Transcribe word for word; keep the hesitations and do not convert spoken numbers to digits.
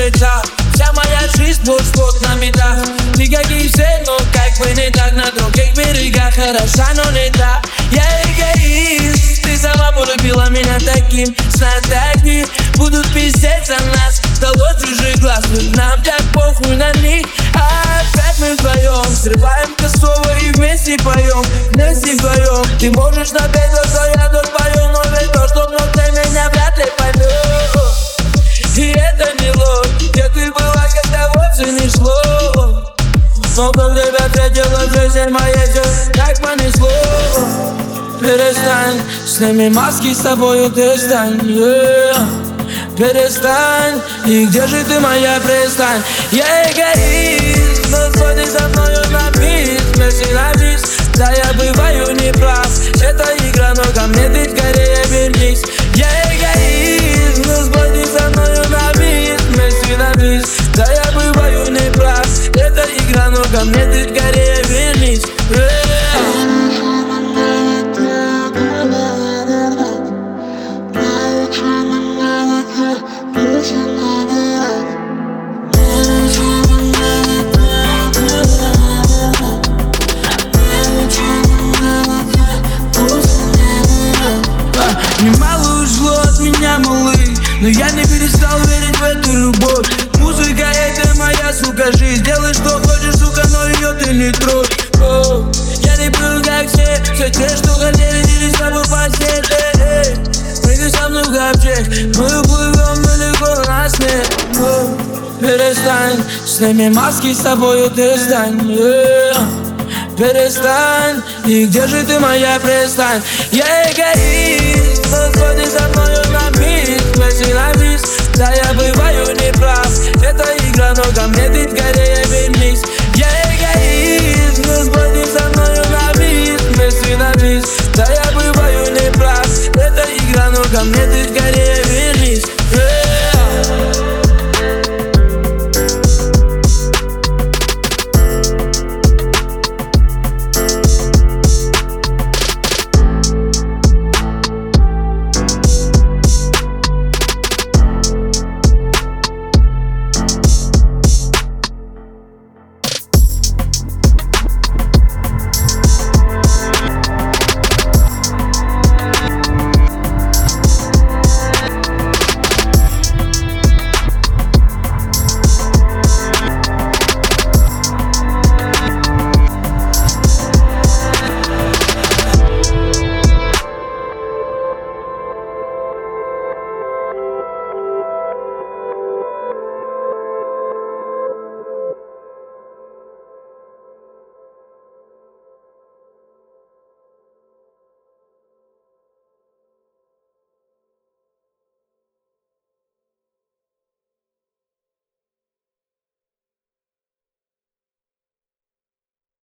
же так. Вся моя жизнь вот-вот на метах. Никаких цель, но как бы не так. На других берегах хороша, но не так. Я эгоист, ты сама полюбила меня таким. Знатоки будут пиздеть за нас. Дало чужих глаз, ведь нам так похуй на них. А опять мы вдвоем срываем косово и вместе поем. Вместе вдвоем. Ты можешь напеть то, что я тут пою, но ведь то, что внутри меня вряд ли поймет. И это не ложь, где ты была, когда вовсе не шло. Но как тебя встретила жизнь моя, все так понесло. Перестань, сними маски, с тобою ты стань, yeah. Перестань, и где же ты, моя пристань? Я эгоист, но сходи со мною на бис. Merci на бис, да я бываю неправ. Это игра, но ко мне ты скорее вернись. Я эгоист, но сходи со мною на бис. Merci на бис, да я бываю неправ. Это игра, но ко мне ты скорее вернись, yeah. Немало ушло от меня, малый, но я не перестал верить в эту любовь. Музыка — это моя, сука, жизнь. Делай, что хочешь, сука, но ее ты не трогай. О, я не был как все, все те, что хотели, делись с тобой постель. Эй, прыгай со мной в ковчег, мы уплывем далеко на снег. О, перестань, сними маски, с тобою ты стань, yeah. Перестань, и где же ты, моя пристань? Я эгоист, но сходи со мною на бис. Merci на бис, да я бываю неправ. Это игра, но ко мне ты скорее